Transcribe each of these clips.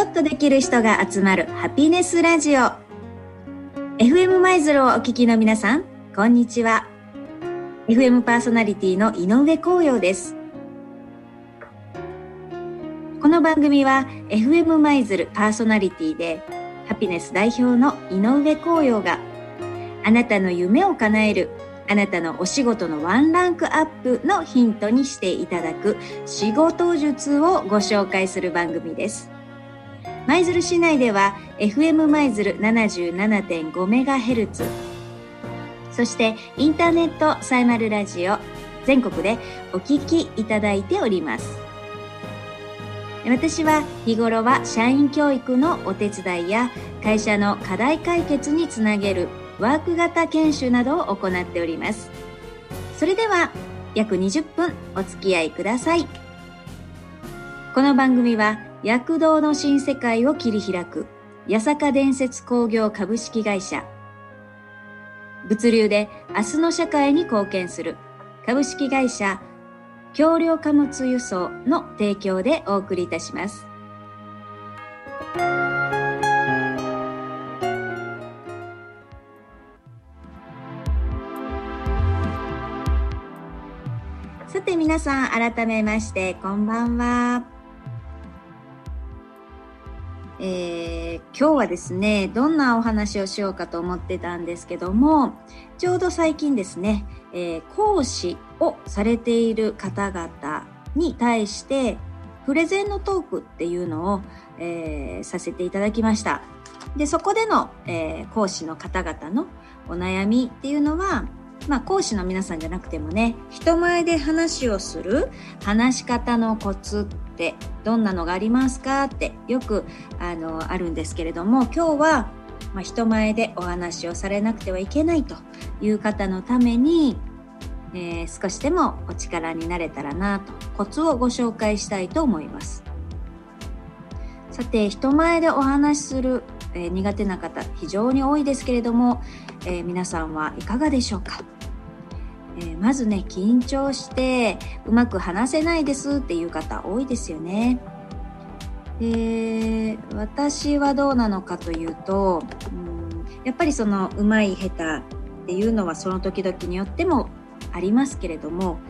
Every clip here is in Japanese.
っとできる人が集まるハピネスラジオ。 FM 舞鶴をお聞きの皆さん、こんにちは。 FM パーソナリティの井上光陽です。この番組は FM 舞鶴パーソナリティでハピネス代表の井上光陽が、あなたの夢を叶える、あなたのお仕事のワンランクアップのヒントにしていただく仕事術をご紹介する番組です。舞鶴市内では FM 舞鶴 77.5MHz、 そしてインターネットサイマルラジオ全国でお聞きいただいております。私は日頃は社員教育のお手伝いや会社の課題解決につなげるワーク型研修などを行っております。それでは約20分お付き合いください。この番組は躍動の新世界を切り開く八坂伝説工業株式会社、物流で明日の社会に貢献する株式会社橋梁貨物輸送の提供でお送りいたします。さて皆さん、改めましてこんばんは。今日はですね、どんなお話をしようかと思ってたんですけども、ちょうど最近ですね、講師をされている方々に対してプレゼンのトークっていうのを、させていただきました。で、そこでの、講師の方々のお悩みっていうのは、講師の皆さんじゃなくてもね、人前で話をする話し方のコツってどんなのがありますかってよくあるんですけれども、今日は、人前でお話をされなくてはいけないという方のために、少しでもお力になれたらなと、コツをご紹介したいと思います。さて、人前でお話しする、苦手な方非常に多いですけれども、皆さんはいかがでしょうか。まずね、緊張してうまく話せないですっていう方多いですよね。私はどうなのかというと、やっぱりそのうまい下手っていうのはその時々によってもありますけれども、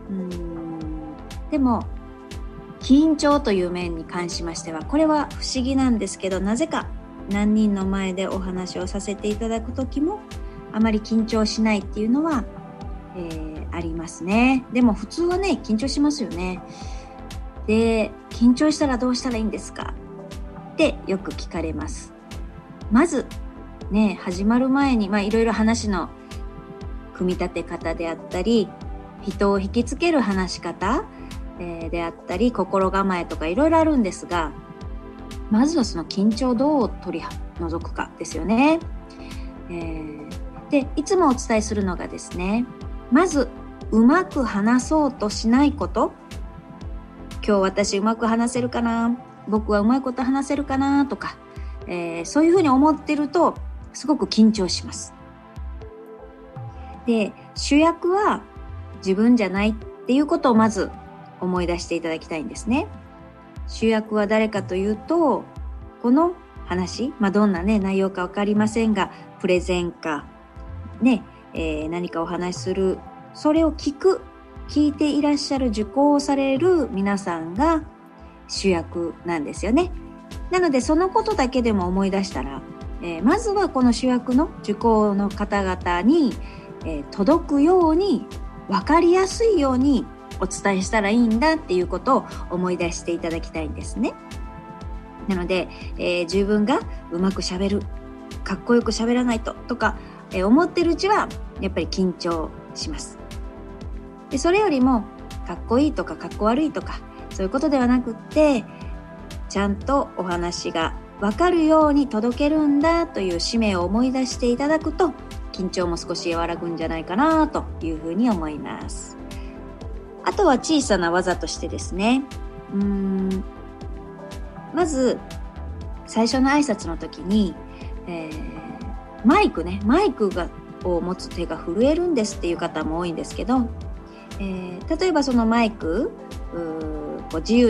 でも緊張という面に関しましては、これは不思議なんですけど、なぜか何人の前でお話をさせていただく時もあまり緊張しないっていうのは、ありますね。でも普通はね、緊張しますよね。で、緊張したらどうしたらいいんですかってよく聞かれます。まずね、始まる前にいろいろ話の組み立て方であったり、人を引きつける話し方、であったり、心構えとかいろいろあるんですが、まずはその緊張をどう取り除くかですよね。で、いつもお伝えするのがですね、まずうまく話そうとしないこと。今日私うまく話せるかな、僕はうまいこと話せるかなとか、そういうふうに思ってるとすごく緊張します。で、主役は自分じゃないっていうことをまず思い出していただきたいんですね。主役は誰かというと、この話、どんなね内容かわかりませんが、プレゼンかね、何かお話しする、それを聞いていらっしゃる、受講をされる皆さんが主役なんですよね。なのでそのことだけでも思い出したら、まずはこの主役の受講の方々に、届くように、分かりやすいようにお伝えしたらいいんだっていうことを思い出していただきたいんですね。なので、自分がうまく喋る、かっこよく喋らないととか、思ってるうちはやっぱり緊張します。で、それよりもかっこいいとかかっこ悪いとかそういうことではなくって、ちゃんとお話が分かるように届けるんだという使命を思い出していただくと、緊張も少し和らぐんじゃないかなというふうに思います。あとは小さな技としてですね、まず最初の挨拶の時に、マイクを持つ手が震えるんですっていう方も多いんですけど、例えばそのマイク自由に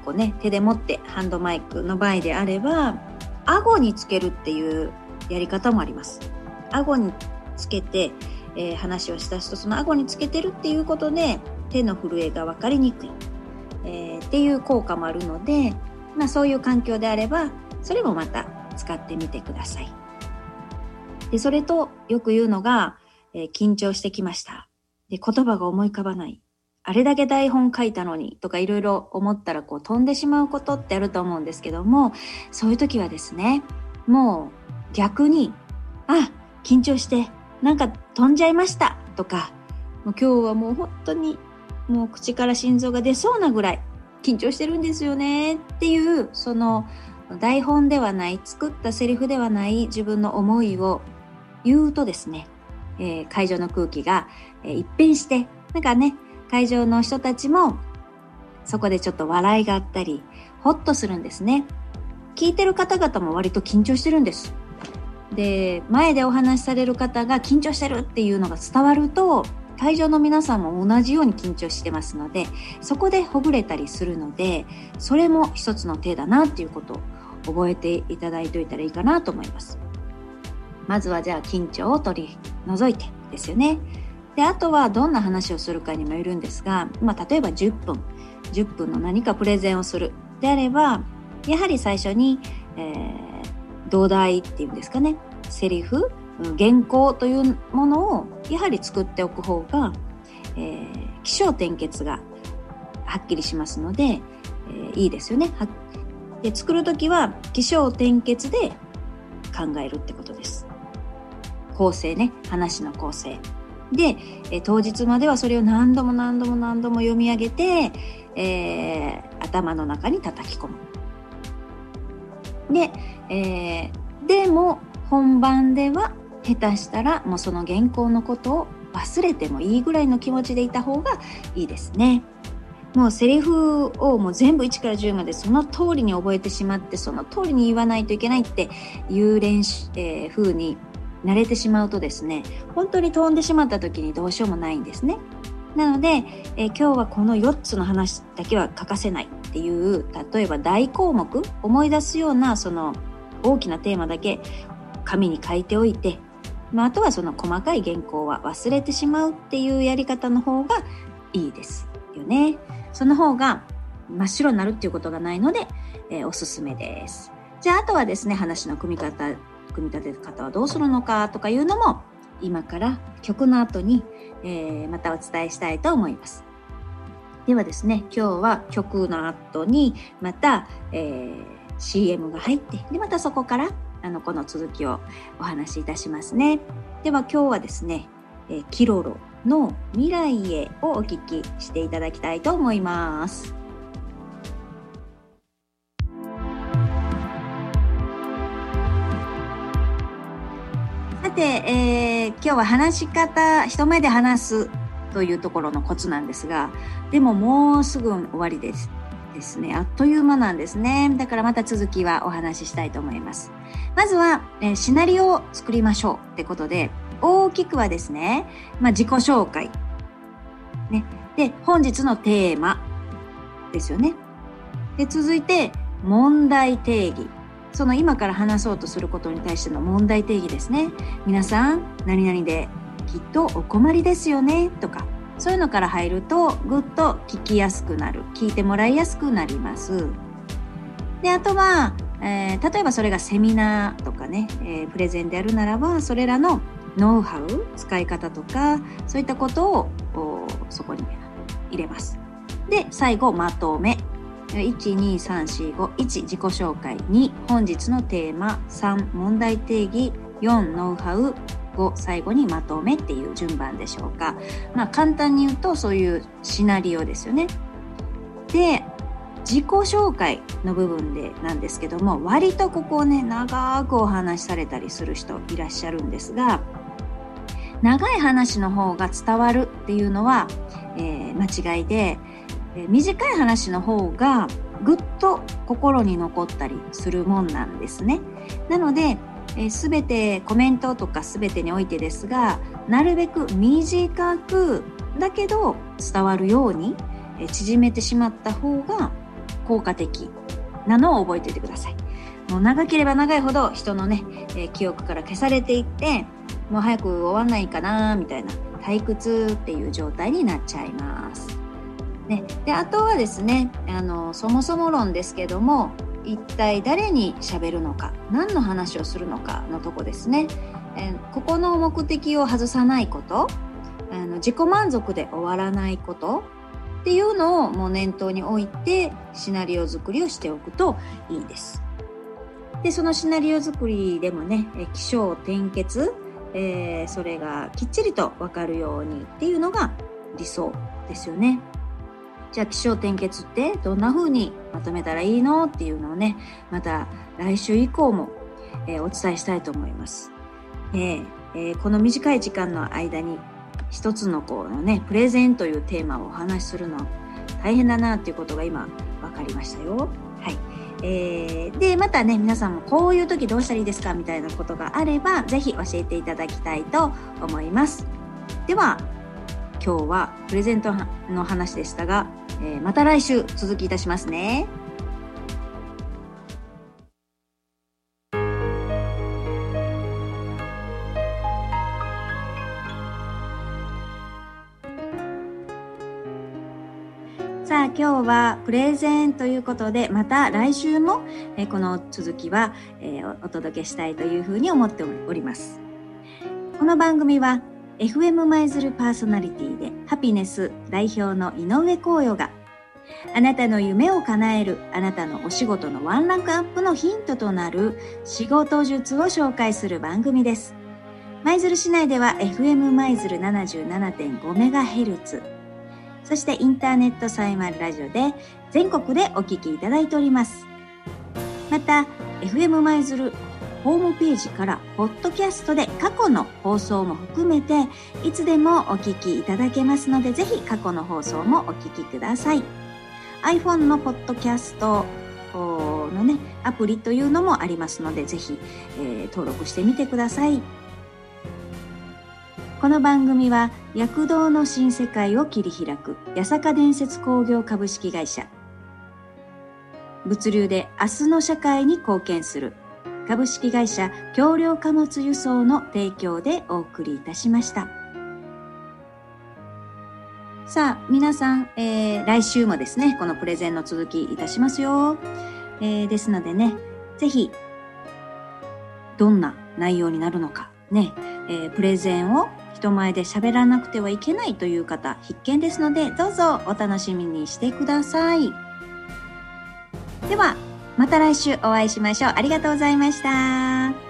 こうね、手で持ってハンドマイクの場合であれば、顎につけるっていうやり方もあります。顎につけて、話をした人、その顎につけてるっていうことで手の震えが分かりにくい、っていう効果もあるので、そういう環境であればそれもまた使ってみてください。で、それとよく言うのが、緊張してきました。で、言葉が思い浮かばない。あれだけ台本書いたのにとかいろいろ思ったら飛んでしまうことってあると思うんですけども、そういう時はですね、もう逆に、緊張してなんか飛んじゃいましたとか、もう今日はもう本当にもう口から心臓が出そうなぐらい緊張してるんですよねっていう、その台本ではない、作ったセリフではない自分の思いを言うとですね、会場の空気が、一変して、なんかね、会場の人たちもそこでちょっと笑いがあったりホッとするんですね。聞いてる方々も割と緊張してるんです。で、前でお話しされる方が緊張してるっていうのが伝わると、会場の皆さんも同じように緊張してますので、そこでほぐれたりするので、それも一つの手だなっていうことを覚えていただいておいたらいいかなと思います。まずはじゃあ緊張を取り除いてですよね。で、あとはどんな話をするかにもよるんですが、例えば10分の何かプレゼンをするであれば、やはり最初に、土台っていうんですかね、セリフ、原稿というものをやはり作っておく方が、起承転結がはっきりしますので、いいですよね。で、作るときは起承転結で考えるってことです。構成ね、話の構成で、当日まではそれを何度も読み上げて、頭の中に叩き込む。で、でも本番では下手したらもうその原稿のことを忘れてもいいぐらいの気持ちでいた方がいいですね。もうセリフをもう全部1から10までその通りに覚えてしまって、その通りに言わないといけないっていう風に慣れてしまうとですね、本当に飛んでしまった時にどうしようもないんですね。なので、今日はこの4つの話だけは欠かせないっていう、例えば大項目思い出すようなその大きなテーマだけ紙に書いておいて、あとはその細かい原稿は忘れてしまうっていうやり方の方がいいですよね。その方が真っ白になるっていうことがないので、おすすめです。じゃあ、あとはですね、話の組み立て方はどうするのかとかいうのも今から曲の後に、またお伝えしたいと思います。ではですね、今日は曲の後にまた、CM が入って、でまたそこからこの続きをお話しいたしますね。では今日はですね、キロロの未来へをお聞きしていただきたいと思います。さて、今日は話し方、人前で話すというところのコツなんですが、でももうすぐ終わりですね。あっという間なんですね。だからまた続きはお話ししたいと思います。まずは、シナリオを作りましょうってことで、大きくはですね、自己紹介、ね、で本日のテーマですよね。で続いて問題定義、その今から話そうとすることに対しての問題定義ですね。皆さん何々できっとお困りですよねとか、そういうのから入るとぐっと聞きやすくなる、聞いてもらいやすくなります。であとは、例えばそれがセミナーとかね、プレゼンであるならば、それらのノウハウ、使い方とかそういったことをそこに入れます。で最後まとめ、1,2,3,4,5 1自己紹介、2本日のテーマ、3問題定義、4ノウハウ、5最後にまとめっていう順番でしょうか。簡単に言うとそういうシナリオですよね。で自己紹介の部分でなんですけども、割とここをね長くお話しされたりする人いらっしゃるんですが、長い話の方が伝わるっていうのは、間違いで、短い話の方がぐっと心に残ったりするもんなんですね。なので、全てコメントとか全てにおいてですが、なるべく短くだけど伝わるように縮めてしまった方が効果的なのを覚えておいてください。もう長ければ長いほど人のね、記憶から消されていって、もう早く終わんないかなみたいな退屈っていう状態になっちゃいます。ね、であとはですね、そもそも論ですけども、一体誰に喋るのか、何の話をするのかのとこですね。ここの目的を外さないこと、自己満足で終わらないことっていうのをもう念頭に置いてシナリオ作りをしておくといいです。でそのシナリオ作りでもね、起承転結、それがきっちりと分かるようにっていうのが理想ですよね。じゃあ起承転結ってどんな風にまとめたらいいのっていうのをね、また来週以降も、お伝えしたいと思います。この短い時間の間に一つのこのね、プレゼンというテーマをお話しするの大変だなっていうことが今分かりましたよ。はい。でまたね、皆さんもこういう時どうしたらいいですかみたいなことがあればぜひ教えていただきたいと思います。では今日はプレゼントの話でしたが、また来週続きいたしますね。さあ今日はプレゼンということで、また来週も、この続きは、お届けしたいというふうに思っております。この番組は FM 舞鶴パーソナリティでハピネス代表の井上光代があなたの夢を叶える、あなたのお仕事のワンランクアップのヒントとなる仕事術を紹介する番組です。舞鶴市内では FM 舞鶴 77.5MHz、 そしてインターネットサイマルラジオで全国でお聞きいただいております。また FM 舞鶴ホームページからポッドキャストで過去の放送も含めていつでもお聞きいただけますので、ぜひ過去の放送もお聞きください。 iPhone のポッドキャストのねアプリというのもありますので、ぜひ、登録してみてください。この番組は躍動の新世界を切り開く八坂伝説工業株式会社、物流で明日の社会に貢献する株式会社橋梁貨物輸送の提供でお送りいたしました。さあ皆さん、来週もですねこのプレゼンの続きいたしますよ。ですのでね、ぜひどんな内容になるのかね、プレゼンを人前で喋らなくてはいけないという方必見ですので、どうぞお楽しみにしてください。ではまた来週お会いしましょう。ありがとうございました。